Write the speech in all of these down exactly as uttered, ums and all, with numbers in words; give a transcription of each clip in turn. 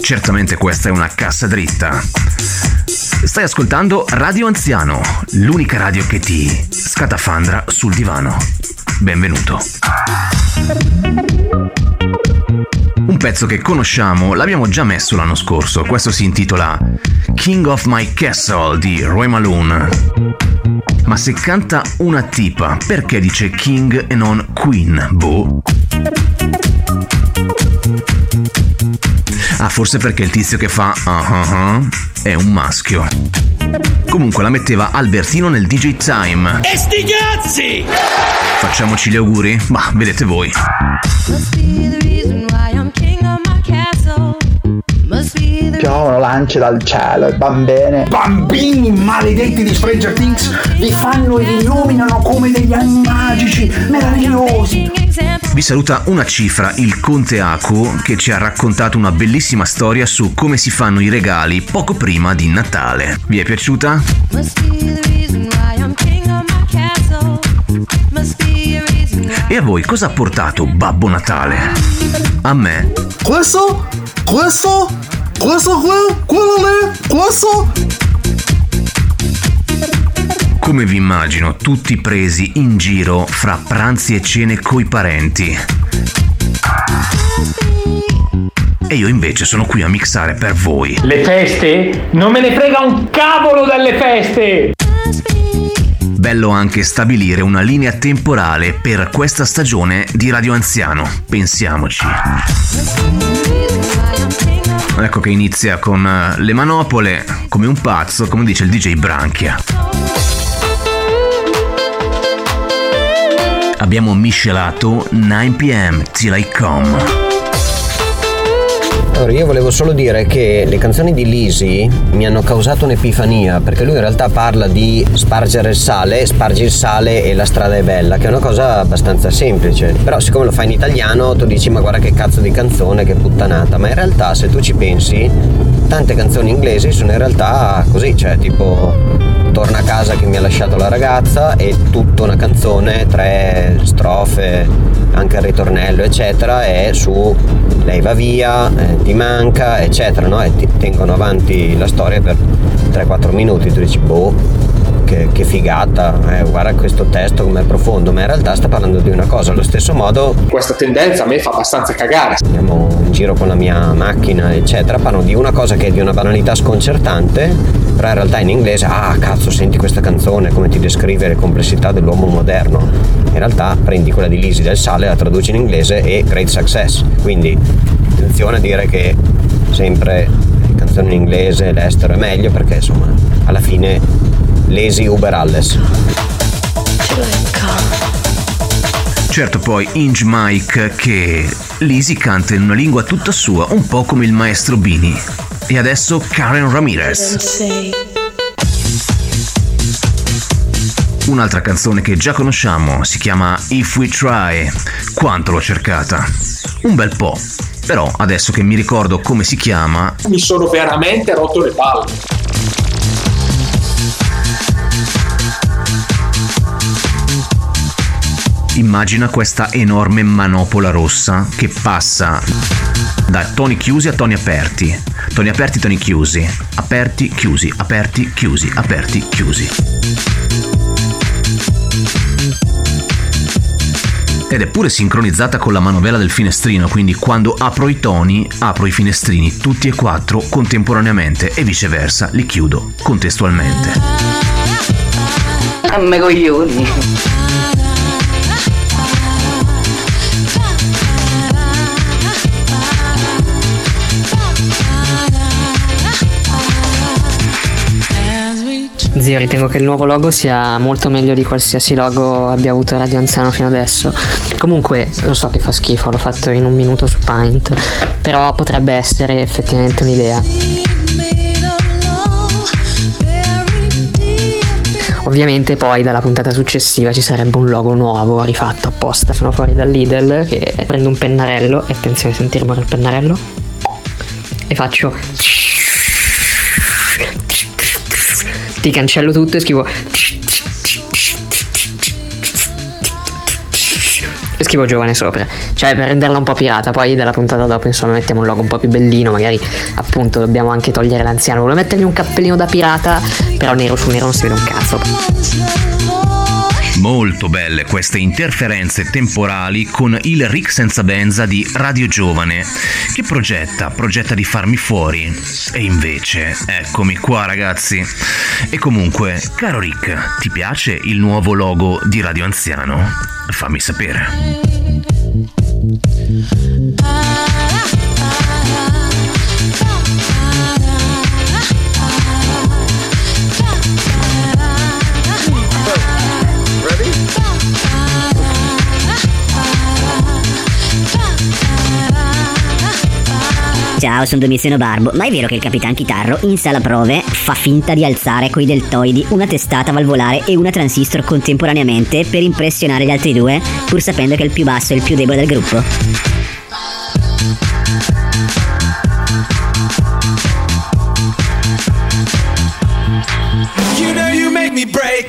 certamente questa è una cassa dritta. Stai ascoltando Radio Anziano, l'unica radio che ti scatafandra sul divano. Benvenuto. Un pezzo che conosciamo, l'abbiamo già messo l'anno scorso, questo si intitola King of My Castle di Roy Malone. Ma se canta una tipa, perché dice King e non Queen, boh? Ah, forse perché il tizio che fa uh-huh è un maschio. Comunque la metteva Albertino nel D J Time. E sti cazzi! Facciamoci gli auguri? Ma vedete voi. Piovono lance dal cielo e van bene. Bambini maledetti di Stranger Things vi fanno e vi illuminano come degli anni magici meravigliosi. Vi saluta una cifra, il Conte Aku, che ci ha raccontato una bellissima storia su come si fanno i regali poco prima di Natale. Vi è piaciuta? E a voi cosa ha portato Babbo Natale? A me? Questo? Questo? Questo? Quello? Quello lì? Questo? Come vi immagino, tutti presi in giro fra pranzi e cene coi parenti. E io invece sono qui a mixare per voi. Le feste? Non me ne frega un cavolo dalle feste! Bello anche stabilire una linea temporale per questa stagione di Radio Anziano. Pensiamoci. Ecco che inizia con le manopole, come un pazzo, come dice il D J Branchia. Abbiamo miscelato nove p m Till I Come. Allora, io volevo solo dire che le canzoni di Lisi mi hanno causato un'epifania, perché lui in realtà parla di spargere il sale, spargi il sale e la strada è bella, che è una cosa abbastanza semplice, però siccome lo fai in italiano tu dici ma guarda che cazzo di canzone, che puttanata, ma in realtà se tu ci pensi tante canzoni inglesi sono in realtà così, cioè tipo torna a casa che mi ha lasciato la ragazza e tutta una canzone, tre strofe, anche il ritornello eccetera, è su lei va via, eh, ti manca eccetera, no? E ti tengono avanti la storia per tre quattro minuti, tu dici boh, che, che figata, eh, guarda questo testo com'è profondo, ma in realtà sta parlando di una cosa. Allo stesso modo Questa tendenza a me fa abbastanza cagare. andiamo in giro con la mia macchina eccetera, parlano di una cosa che è di una banalità sconcertante, però in realtà in inglese ah cazzo senti questa canzone come ti descrive le complessità dell'uomo moderno. In realtà prendi quella di Lisi del Sale, la traduci in inglese e great success. Quindi attenzione a dire che sempre le canzoni in inglese, l'estero è meglio, perché insomma alla fine lesi uber alles. Certo, poi Inge Mike che Lisi canta in una lingua tutta sua, un po' come il maestro Bini. E adesso Karen Ramirez. Un'altra canzone che già conosciamo si chiama If We Try. Quanto l'ho cercata? Un bel po'. Però adesso che mi ricordo come si chiama, Mi sono veramente rotto le palle. immagina questa enorme manopola rossa che passa da toni chiusi a toni aperti, toni aperti, toni chiusi, aperti, chiusi, aperti, chiusi, aperti, chiusi. Ed è pure sincronizzata con la manovella del finestrino, quindi quando apro i toni, apro i finestrini tutti e quattro contemporaneamente e viceversa, li chiudo contestualmente. A me coglioni. Zio, ritengo che il nuovo logo sia molto meglio di qualsiasi logo abbia avuto Radio Anziano fino adesso. Comunque, lo so che fa schifo, l'ho fatto in un minuto su Paint, però potrebbe essere effettivamente un'idea. Ovviamente poi dalla puntata successiva ci sarebbe un logo nuovo, rifatto apposta. Sono fuori dal Lidl che prendo un pennarello, e attenzione a sentir il pennarello, e faccio... ti cancello tutto e scrivo cattivo giovane sopra, cioè per renderla un po' pirata. Poi dalla puntata dopo insomma mettiamo un logo un po' più bellino, magari appunto dobbiamo anche togliere l'anziano, volevo mettergli un cappellino da pirata, però nero su nero non si vede un cazzo. Molto belle queste interferenze temporali con il Rick senza benza di Radio Giovane, che progetta, progetta di farmi fuori, e invece eccomi qua ragazzi. E comunque, caro Rick, ti piace il nuovo logo di Radio Anziano? Fammi sapere. Ciao, sono Domiziano Barbo. Ma è vero che il Capitan Chitarro in sala prove fa finta di alzare coi deltoidi una testata valvolare e una transistor contemporaneamente per impressionare gli altri due, pur sapendo che è il più basso e il più debole del gruppo? You know you make me break.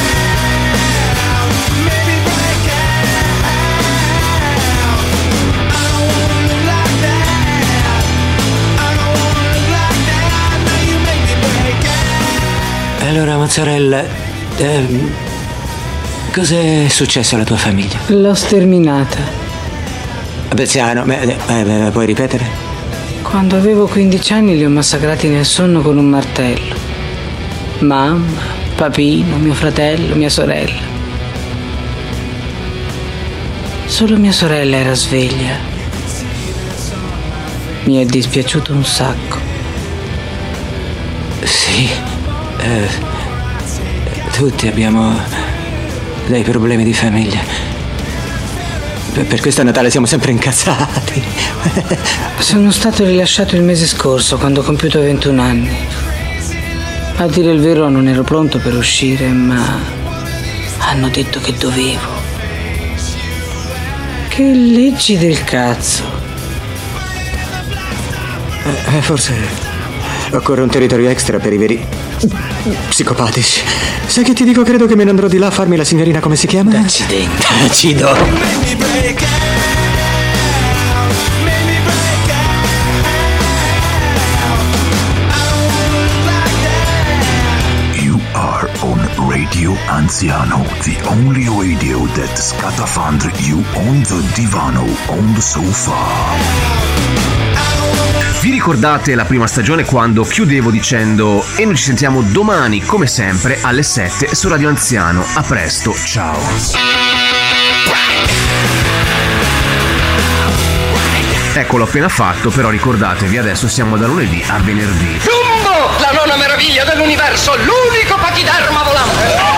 Allora, mozzarella, ehm, cos'è successo alla tua famiglia? L'ho sterminata. Beziano, beh, eh, puoi ripetere? Quando avevo quindici anni li ho massacrati nel sonno con un martello. Mamma, papino, mio fratello, mia sorella. Solo mia sorella era sveglia. Mi è dispiaciuto un sacco. Sì. Eh, tutti abbiamo dei problemi di famiglia. Per, per questo a Natale siamo sempre incazzati. Sono stato rilasciato il mese scorso, quando ho compiuto ventuno anni. A dire il vero non ero pronto per uscire, ma hanno detto che dovevo. Che leggi del cazzo. Eh, forse occorre un territorio extra per i veri psicopatici. Sai che ti dico, credo che me ne andrò di là a farmi la signorina, come si chiama? Accidenti. Acido. You are on Radio Anziano, the only radio that scatafandri you on the divano, on the sofa. Vi ricordate la prima stagione quando chiudevo dicendo e noi ci sentiamo domani come sempre alle sette su Radio Anziano. A presto, ciao. Ecco, l'ho appena fatto, però ricordatevi, adesso siamo da lunedì a venerdì. Jumbo, la nona meraviglia dell'universo, l'unico pachiderma volante.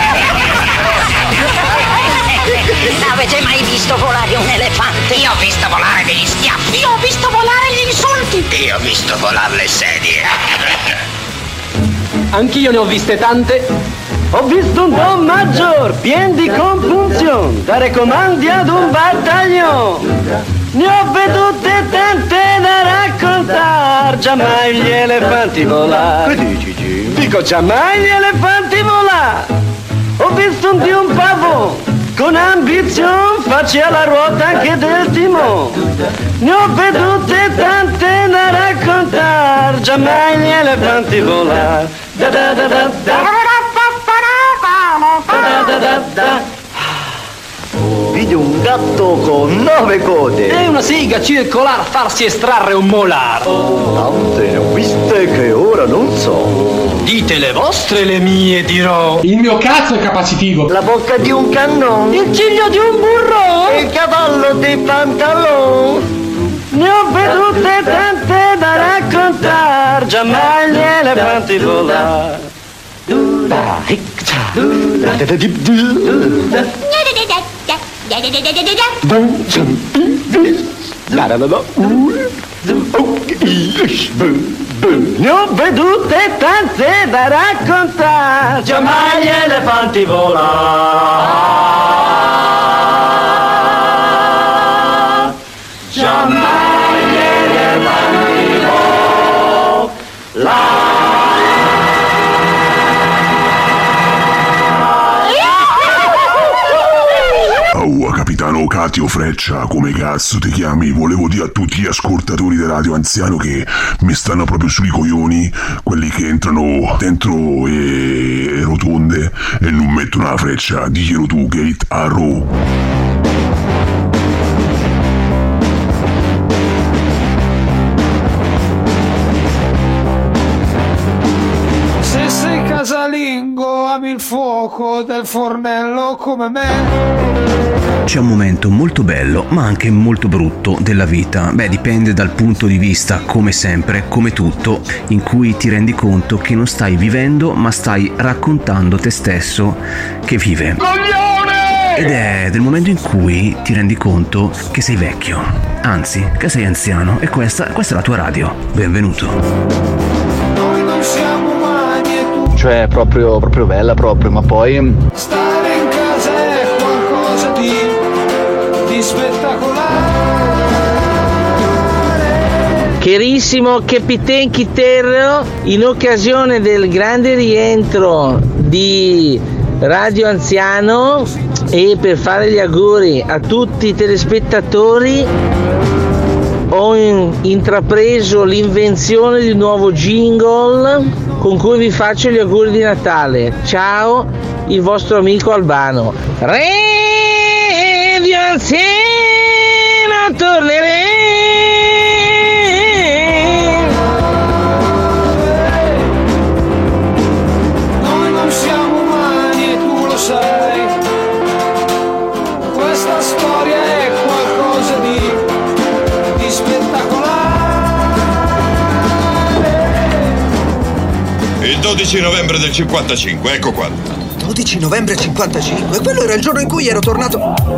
Avete mai visto volare un elefante? Io ho visto volare degli schiaffi. Io ho visto volare gli insulti. Io ho visto volare le sedie. Anch'io ne ho viste tante. Ho visto un Don Maggior pien di compunzione, dare comandi ad un battaglione. Ne ho vedute tante da raccontare, giammai gli elefanti volare. Che dici, Jim? Dico giammai gli elefanti volare. Ho visto un di un pavone con ambizione, faccia la ruota anche del timone. Ne ho vedute tante da raccontare, giammai gli elefanti volare. Da da da da da. Da da da da. Vidi un gatto con nove code e una siga circolare a farsi estrarre un molare. Tante ne ho viste che ora non so. Dite le vostre, le mie dirò. Il mio cazzo è capacitivo. La bocca di un cannone, il ciglio di un burro, il cavallo di pantalone. Ne ho vedute tante da raccontare, giammai gli elefanti volare. Ne ho vedute tante da raccontare, giammai gli elefanti volare. Giammai gli elefanti volare. Oh, capitano Fratio Freccia, come cazzo ti chiami? Volevo dire a tutti gli ascoltatori di Radio Anziano che mi stanno proprio sui coglioni, quelli che entrano dentro e, e rotonde e non mettono la freccia. Diglielo tu, Gate Arrow. Casalingo, ami il fuoco del fornello come me. C'è un momento molto bello ma anche molto brutto della vita, beh dipende dal punto di vista, come sempre, come tutto, in cui ti rendi conto che non stai vivendo ma stai raccontando te stesso che vive. Coglione! Ed è del momento in cui ti rendi conto che sei vecchio, anzi che sei anziano, e questa, questa è la tua radio. Benvenuto. Noi non siamo cioè proprio, proprio bella proprio, ma poi stare in casa è qualcosa di, di spettacolare. Carissimo Capitan Chiterro, in occasione del grande rientro di Radio Anziano e per fare gli auguri a tutti i telespettatori, ho in, intrapreso l'invenzione di un nuovo jingle con cui vi faccio gli auguri di Natale. Ciao, il vostro amico Albano. Radio Anziano tornerei. Noi non siamo umani e tu lo sai. Questa storia è qualcosa di, di spettacolare. Il dodici novembre del cinquantacinque, ecco qua. dodici novembre cinquantacinque? Quello era il giorno in cui ero tornato.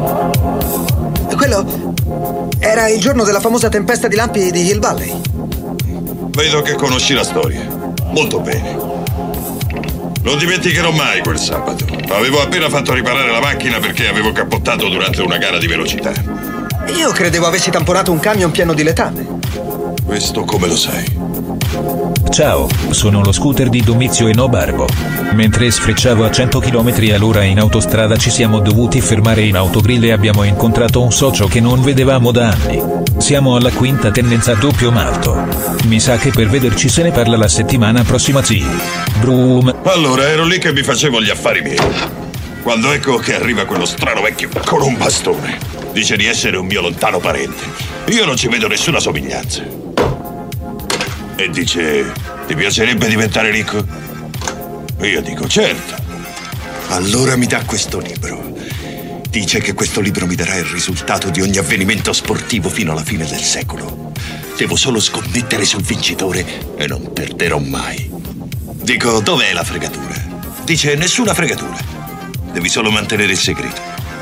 Quello era il giorno della famosa tempesta di lampi di Hill Valley. Vedo che conosci la storia molto bene. Non dimenticherò mai quel sabato. Avevo appena fatto riparare la macchina perché avevo cappottato durante una gara di velocità. Io credevo avessi tamponato un camion pieno di letame. Questo come lo sai? Ciao, sono lo scooter di Domizio e No Barbo. Mentre sfrecciavo a cento chilometri all'ora in autostrada ci siamo dovuti fermare in autogrill e abbiamo incontrato un socio che non vedevamo da anni. Siamo alla quinta tendenza doppio malto. Mi sa che per vederci se ne parla la settimana prossima, sì. Broom. Allora ero lì che mi facevo gli affari miei, quando ecco che arriva quello strano vecchio con un bastone. Dice di essere un mio lontano parente. Io non ci vedo nessuna somiglianza. E dice: ti piacerebbe diventare ricco? E io dico: certo. Allora mi dà questo libro. Dice che questo libro mi darà il risultato di ogni avvenimento sportivo fino alla fine del secolo. Devo solo scommettere sul vincitore e non perderò mai. Dico: dov'è la fregatura? Dice: nessuna fregatura. Devi solo mantenere il segreto.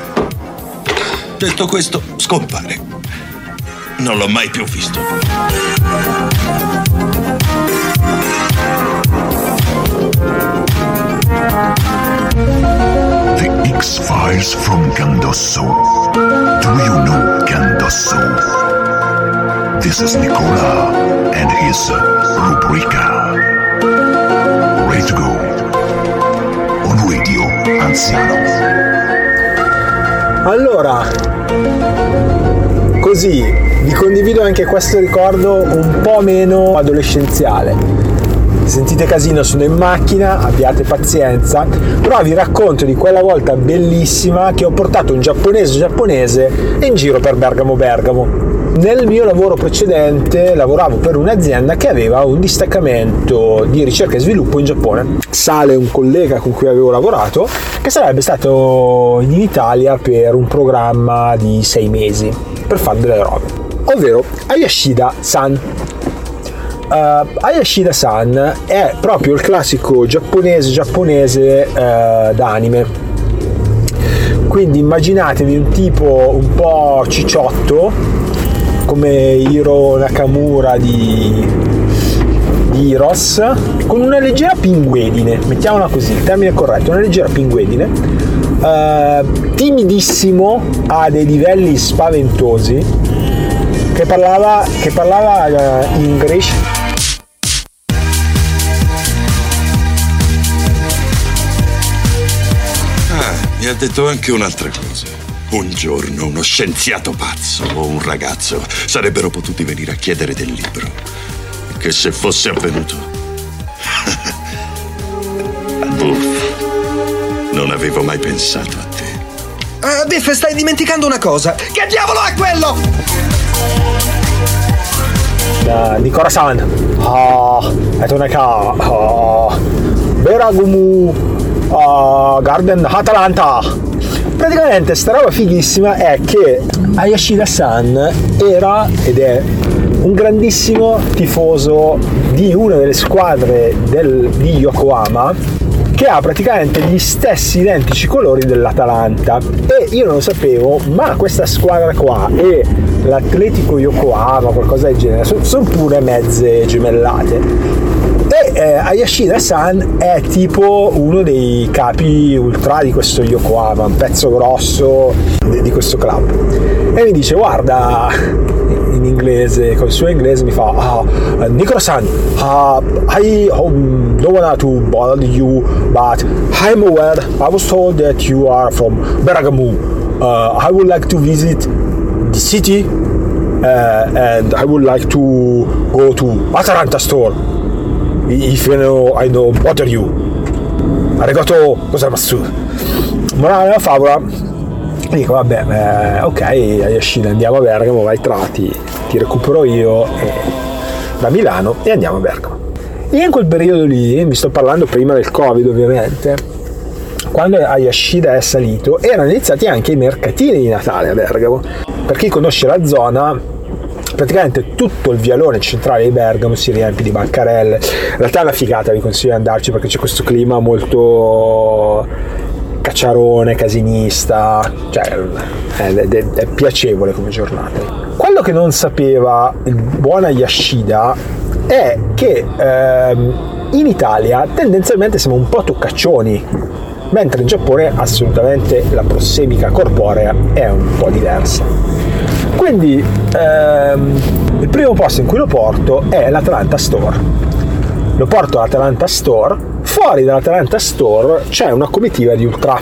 Detto questo, scompare. Non l'ho mai più visto. The X-Files from Gandosso. Do you know Gandosso? This is Nicola and his Rubrica. Ready to go on Radio Anziano. Allora, così vi condivido anche questo ricordo un po' meno adolescenziale. Sentite casino, sono in macchina, abbiate pazienza, però vi racconto di quella volta bellissima che ho portato un giapponese giapponese in giro per Bergamo Bergamo. Nel mio lavoro precedente lavoravo per un'azienda che aveva un distaccamento di ricerca e sviluppo in Giappone. Sale un collega con cui avevo lavorato che sarebbe stato in Italia per un programma di sei mesi per fare delle robe, ovvero Ayashida-san. Uh, Ayashida-san è proprio il classico giapponese giapponese uh, da anime, quindi immaginatevi un tipo un po' cicciotto come Hiro Nakamura di, di Heroes, con una leggera pinguedine, mettiamola così, il termine corretto, una leggera pinguedine, uh, timidissimo a dei livelli spaventosi, che parlava, che parlava uh, English. Mi ha detto anche un'altra cosa. Un giorno uno scienziato pazzo o un ragazzo sarebbero potuti venire a chiedere del libro. Che se fosse avvenuto... Buff, non avevo mai pensato a te. Uh, Biff, stai dimenticando una cosa. Che diavolo è quello? Uh, Nicola-san. Ah, eto neka. Ah, Beragumu. Ah, Garden Atalanta. Praticamente sta roba fighissima è che Hayashida-san era ed è un grandissimo tifoso di una delle squadre del, di Yokohama, che ha praticamente gli stessi identici colori dell'Atalanta, e io non lo sapevo, ma questa squadra qua e l'Atletico Yokohama, qualcosa del genere, sono, sono pure mezze gemellate. E eh, Hayashida-san è tipo uno dei capi ultra di questo Yokohama, un pezzo grosso di, di questo club, e mi dice: guarda, in inglese, col suo inglese mi fa: ah, Nicola-san, uh, I um, don't want to bother you, but I'm aware, I was told that you are from Bergamo. uh, I would like to visit the city, uh, and I would like to go to Atalanta store. If you know, I know bother you. Arigato gozaimasu. Morale della favola. Dico: vabbè, eh, ok, Hayashida, andiamo a Bergamo, vai tra, ti, ti recupero io e, da Milano, e andiamo a Bergamo. E in quel periodo lì, vi sto parlando prima del Covid ovviamente, quando Hayashida è salito, erano iniziati anche i mercatini di Natale a Bergamo. Per chi conosce la zona, praticamente tutto il vialone centrale di Bergamo si riempie di bancarelle. In realtà è una figata, vi consiglio di andarci perché c'è questo clima molto cacciarone, casinista, cioè è, è, è piacevole come giornata. Quello che non sapeva il buon Hayashida è che ehm, in Italia tendenzialmente siamo un po' toccaccioni, mentre in Giappone assolutamente la prossemica corporea è un po' diversa. Quindi ehm, il primo posto in cui lo porto è l'Atalanta Store. Lo porto all'Atalanta Store. Fuori dall'Atalanta Store c'è una comitiva di ultra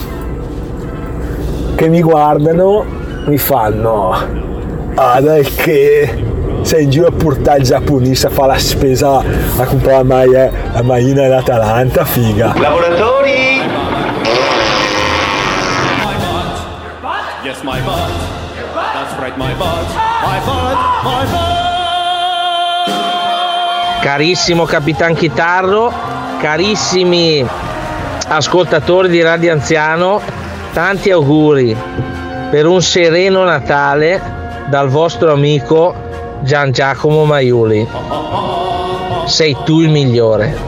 che mi guardano, mi fanno: ah, dai che sei in giro a portare il giapponese a fare la spesa, a comprare la maglia, la maglina dell'Atalanta, figa. Lavoratori! Yes, my butt. That's right, my butt. My butt, my butt. Carissimo Capitan Chitarro, carissimi ascoltatori di Radio Anziano, tanti auguri per un sereno Natale dal vostro amico Gian Giacomo Maiuli. Sei tu il migliore.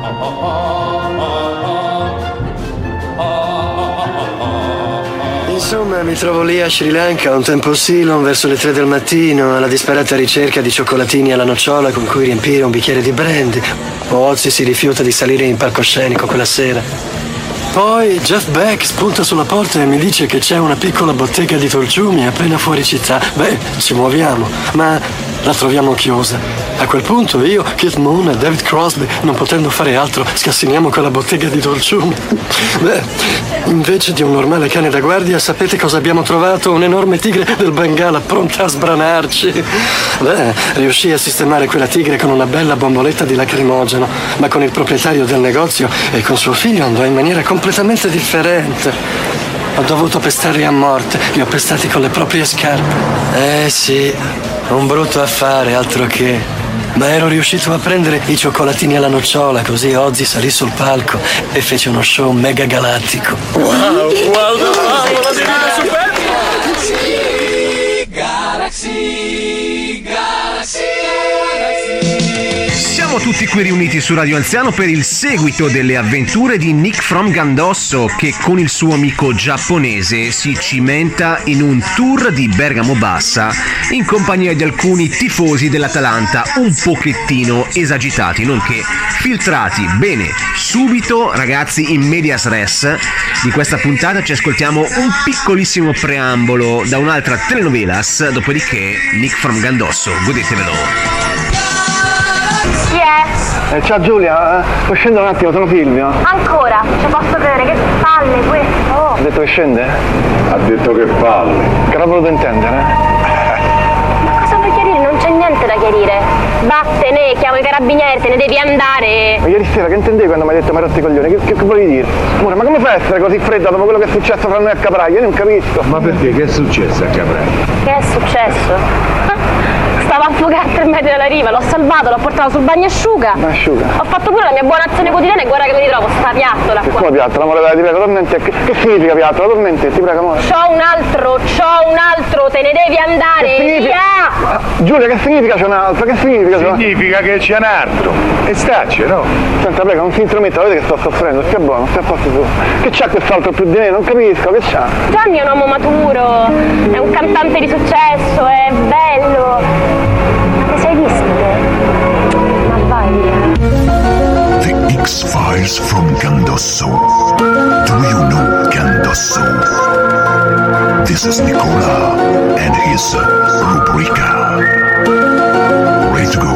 Insomma, mi trovo lì a Sri Lanka, un tempo Ceylon, verso le tre del mattino, alla disperata ricerca di cioccolatini alla nocciola con cui riempire un bicchiere di brandy. Ozzy si rifiuta di salire in palcoscenico quella sera. Poi Jeff Beck spunta sulla porta e mi dice che c'è una piccola bottega di dolciumi appena fuori città. Beh, ci muoviamo, ma la troviamo chiusa. A quel punto io, Keith Moon e David Crosby, non potendo fare altro, scassiniamo quella bottega di dolciumi. Beh, invece di un normale cane da guardia, sapete cosa abbiamo trovato? Un'enorme tigre del Bengala pronta a sbranarci. Beh, riuscii a sistemare quella tigre con una bella bomboletta di lacrimogeno, ma con il proprietario del negozio e con suo figlio andò in maniera completamente differente. Ho dovuto pestare a morte, li ho pestati con le proprie scarpe. Eh sì, un brutto affare, altro che. Ma ero riuscito a prendere i cioccolatini alla nocciola, così Ozzy salì sul palco e fece uno show mega galattico. Wow, wow, wow, la sfida superba! Galaxy, Galaxy. Siamo tutti qui riuniti su Radio Anziano per il seguito delle avventure di Nick from Gandosso, che con il suo amico giapponese si cimenta in un tour di Bergamo Bassa in compagnia di alcuni tifosi dell'Atalanta un pochettino esagitati, nonché filtrati. Bene, subito ragazzi, in medias res di questa puntata ci ascoltiamo un piccolissimo preambolo da un'altra telenovelas, dopodiché Nick from Gandosso, godetevelo. Yes. Eh, ciao Giulia, eh, puoi scendere un attimo, sono Silvio. Ancora? Ci posso credere, che palle questo! Oh. Ha detto che scende? Ha detto che palle. Che l'ha voluto intendere? Ma cosa vuoi chiarire? Non c'è niente da chiarire. Vattene, chiamo i carabinieri, te ne devi andare. Ma ieri sera che intendevi quando mi hai detto mi hai rotto i coglioni? Che, che, che volevi dire? Amore, ma come fai a essere così fredda dopo quello che è successo fra noi a Capraia? Io non capisco. Ma perché? Che è successo a Capraia? Che è successo? Stava affogando in mezzo alla riva, l'ho salvato, l'ho portato sul bagnasciuga. Asciuga. Ho fatto pure la mia buona azione quotidiana e guarda che mi ritrovo, sta piattola qua. Come piattola, amore, dai, ti prego, tormenti. Che, che significa piattola? Tormenti, ti prego, amore. C'ho un altro, c'ho un altro, te ne devi andare, che significa? via! Ah, Giulia, che significa c'è un altro? Che significa? Significa che c'è un altro. E stacci, no? Senta, prego, non si intrometta, vedete che sto soffrendo, stia buono, stia a posto tu. Che c'ha quest'altro più di me? Non capisco, che c'ha? Gianni è un uomo maturo, è un cantante di successo, è bello. Sei visto? Ma vai via. The X-Files from Gandosso. Do you know Gandosso? This is Nicola and his rubrica. Ready to go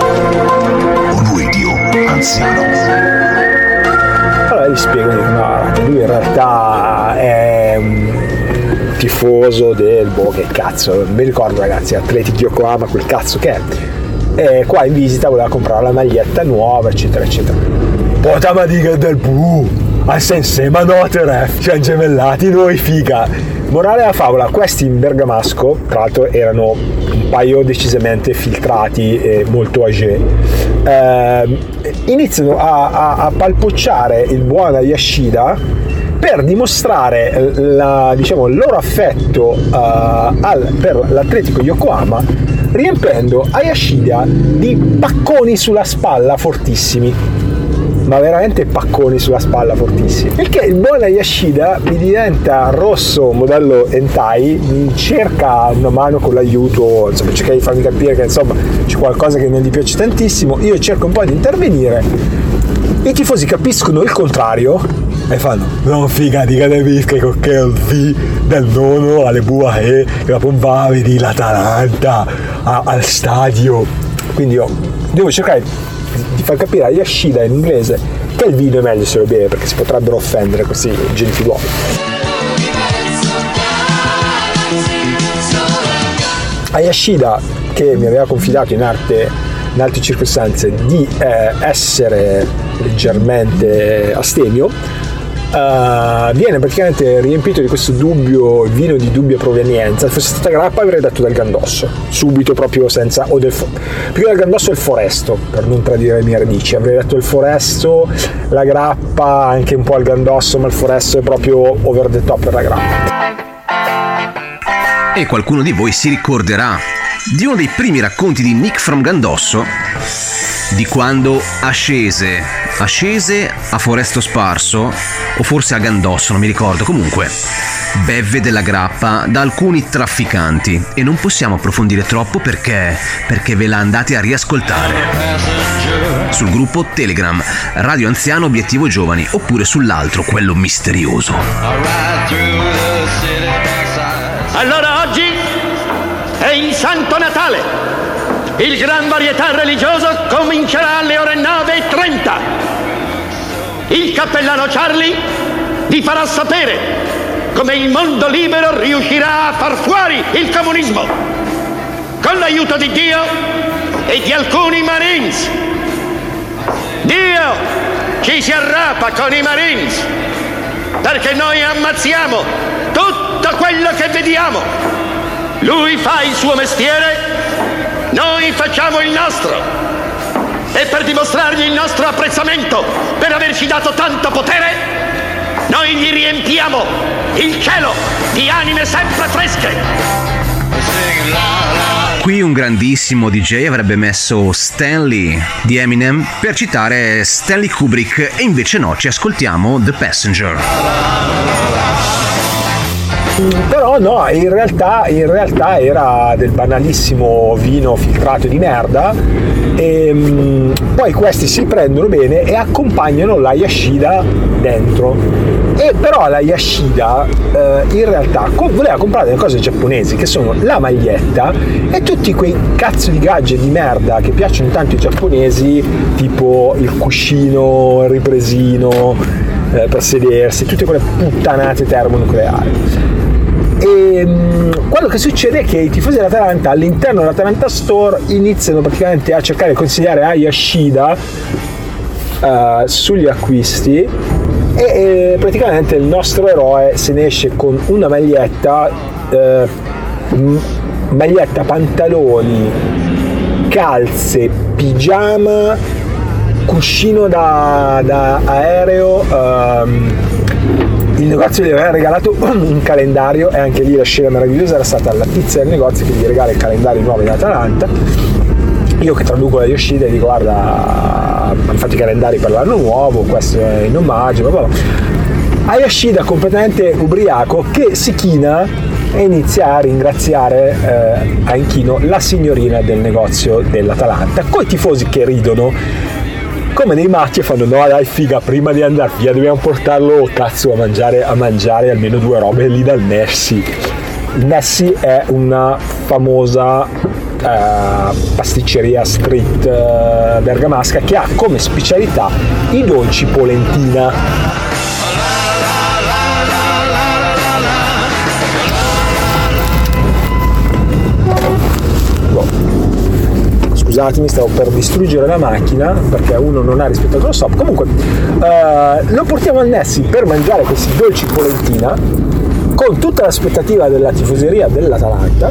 on Radio Anziano. Allora gli spiegano che no, lui in realtà è un tifoso del boh, che cazzo, non mi ricordo ragazzi, Athletic Yokohama, quel cazzo che è. E qua in visita voleva comprare la maglietta nuova, eccetera, eccetera. Potama dica del bu, a sense, ma no te ref, ci hanno gemellati noi, figa. Morale della favola, questi in bergamasco, tra l'altro erano un paio decisamente filtrati e molto agé, eh, iniziano a, a, a palpocciare il buon Yashida per dimostrare la, diciamo, il loro affetto uh, al, per l'Atletico Yokohama, riempendo Ayashida di pacconi sulla spalla fortissimi, ma veramente pacconi sulla spalla fortissimi. Il che il buon Ayashida mi diventa rosso modello hentai, cerca una mano con l'aiuto, insomma cerca di farmi capire che insomma c'è qualcosa che non gli piace tantissimo, io cerco un po' di intervenire, i tifosi capiscono il contrario e fanno no figa di capisco con che il V del nono alle buae che la pompa vedi l'Atalanta a, al stadio, quindi io devo cercare di far capire a Yashida in inglese che il video è meglio se lo beve perché si potrebbero offendere questi gentiluomini. A Yashida, che mi aveva confidato in arte in altre circostanze di eh, essere leggermente astemio, Uh, viene praticamente riempito di questo dubbio vino di dubbia provenienza. Se fosse stata grappa avrei detto del Gandosso subito, proprio senza, o del fo- più del Gandosso è il Foresto, per non tradire le mie radici, avrei detto il Foresto, la grappa anche un po' il Gandosso, ma il Foresto è proprio over the top per la grappa. E qualcuno di voi si ricorderà di uno dei primi racconti di Nick from Gandosso, di quando ascese ascese a Foresto Sparso o forse a Gandosso, non mi ricordo, comunque bevve della grappa da alcuni trafficanti, e non possiamo approfondire troppo perché perché ve la andate a riascoltare sul gruppo Telegram Radio Anziano Obiettivo Giovani, oppure sull'altro, quello misterioso. Allora oggi è il Santo Natale. Il gran varietà religioso comincerà alle ore nove e trenta. Il cappellano Charlie vi farà sapere come il mondo libero riuscirà a far fuori il comunismo con l'aiuto di Dio e di alcuni Marines. Dio ci si arrapa con i Marines perché noi ammazziamo tutto quello che vediamo. Lui fa il suo mestiere, noi facciamo il nostro, e per dimostrargli il nostro apprezzamento per averci dato tanto potere, noi gli riempiamo il cielo di anime sempre fresche. Qui un grandissimo D J avrebbe messo Stanley di Eminem per citare Stanley Kubrick, e invece no, ci ascoltiamo The Passenger. però no, in realtà, in realtà era del banalissimo vino filtrato di merda, e mh, poi questi si prendono bene e accompagnano la Yashida dentro. E però la Yashida eh, in realtà co- voleva comprare delle cose giapponesi, che sono la maglietta e tutti quei cazzo di gadget di merda che piacciono tanto ai giapponesi, tipo il cuscino, il ripresino eh, per sedersi, tutte quelle puttanate termonucleari. E mh, quello che succede è che i tifosi dell'Atalanta all'interno dell'Atalanta Store iniziano praticamente a cercare di consigliare a Yashida uh, sugli acquisti, e, e praticamente il nostro eroe se ne esce con una maglietta, uh, m- maglietta, pantaloni, calze, pigiama, cuscino da, da aereo. Um, il negozio gli aveva regalato un calendario, e anche lì la scena meravigliosa era stata la tizia del negozio che gli regala il calendario nuovo in Atalanta. Io che traduco la Yoshida e dico: guarda, hanno fatto i calendari per l'anno nuovo, questo è in omaggio, bla bla. A Yoshida completamente ubriaco che si china e inizia a ringraziare eh, a inchino la signorina del negozio dell'Atalanta, coi tifosi che ridono come dei matti e fanno: no dai figa, prima di andare via dobbiamo portarlo cazzo a mangiare, a mangiare almeno due robe lì dal Nessi. Il Nessi è una famosa eh, pasticceria street eh, bergamasca che ha come specialità i dolci polentina. Scusatemi, stavo per distruggere la macchina perché uno non ha rispettato lo stop. Comunque uh, lo portiamo al Nessi per mangiare questi dolci polentina con tutta l'aspettativa della tifoseria dell'Atalanta.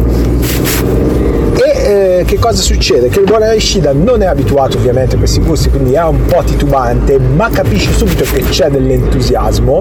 E eh, che cosa succede? Che il buon Yoshida non è abituato ovviamente a questi gusti, quindi è un po' titubante, ma capisce subito che c'è dell'entusiasmo.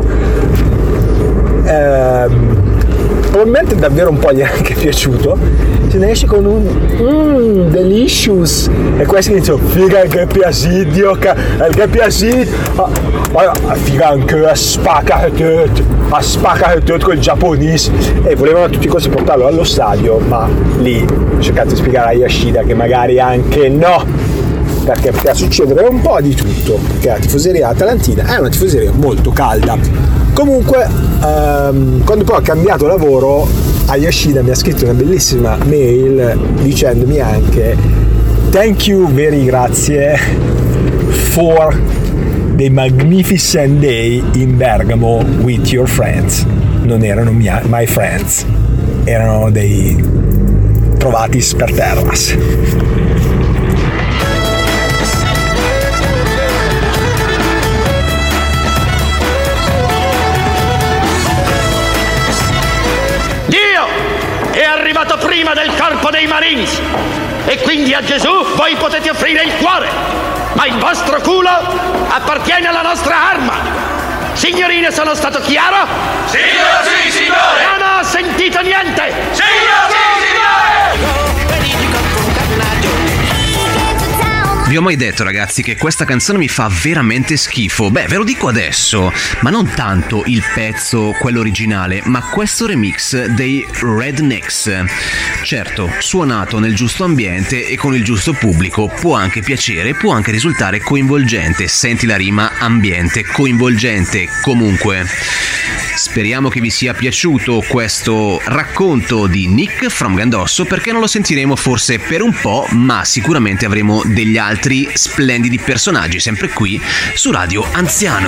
Ehm, probabilmente davvero un po' gli è anche piaciuto, se ne esce con un mmm, delicious, e questi che dicono: figa che piacidio, che piacidio, ah, figa anche a spacca tutto, a spacca tutto con il giapponese. E volevano a tutti i costi portarlo allo stadio, ma lì ho cercato di spiegare a Yoshida che magari anche no, perché poteva succedere un po' di tutto, perché la tifoseria atalantina è una tifoseria molto calda. Comunque um, quando poi ho cambiato lavoro, a Yoshida mi ha scritto una bellissima mail dicendomi anche: thank you, very grazie for the magnificent day in Bergamo with your friends. Non erano mia, my friends, erano dei trovatis per terras. È arrivato prima del corpo dei Marines, e quindi a Gesù voi potete offrire il cuore, ma il vostro culo appartiene alla nostra arma. Signorine, sono stato chiaro? Signor sì, signore! Non ho sentito niente! Signor sì, signore! Vi ho mai detto, ragazzi, che questa canzone mi fa veramente schifo? Beh, ve lo dico adesso, ma non tanto il pezzo, quello originale, ma questo remix dei Rednecks. Certo, suonato nel giusto ambiente e con il giusto pubblico può anche piacere, può anche risultare coinvolgente. Senti la rima: ambiente, coinvolgente. Comunque, speriamo che vi sia piaciuto questo racconto di Nick from Gandosso, perché non lo sentiremo forse per un po', ma sicuramente avremo degli altri splendidi personaggi sempre qui su Radio Anziano.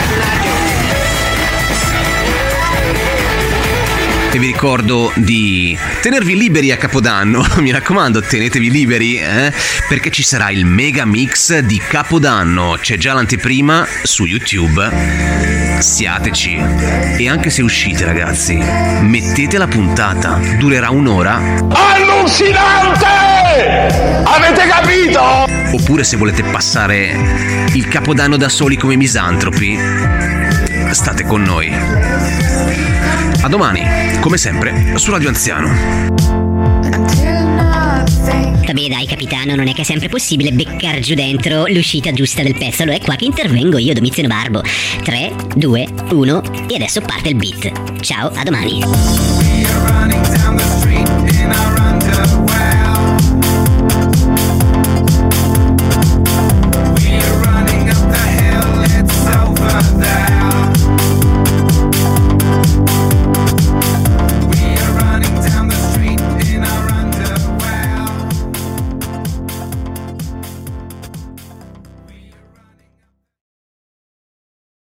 E vi ricordo di tenervi liberi a Capodanno, mi raccomando, tenetevi liberi, eh? Perché ci sarà il mega mix di Capodanno, c'è già l'anteprima su YouTube. Siateci, e anche se uscite, ragazzi, mettete la puntata, durerà un'ora. Allucinante! Avete capito? Oppure se volete passare il Capodanno da soli come misantropi, state con noi. A domani, come sempre, su Radio Anziano. Capì, dai. capitano, non è che è sempre possibile beccar giù dentro l'uscita giusta del pezzo. Allora è qua che intervengo io, Domiziano Barbo. tre, due, uno e adesso parte il beat. Ciao, a domani.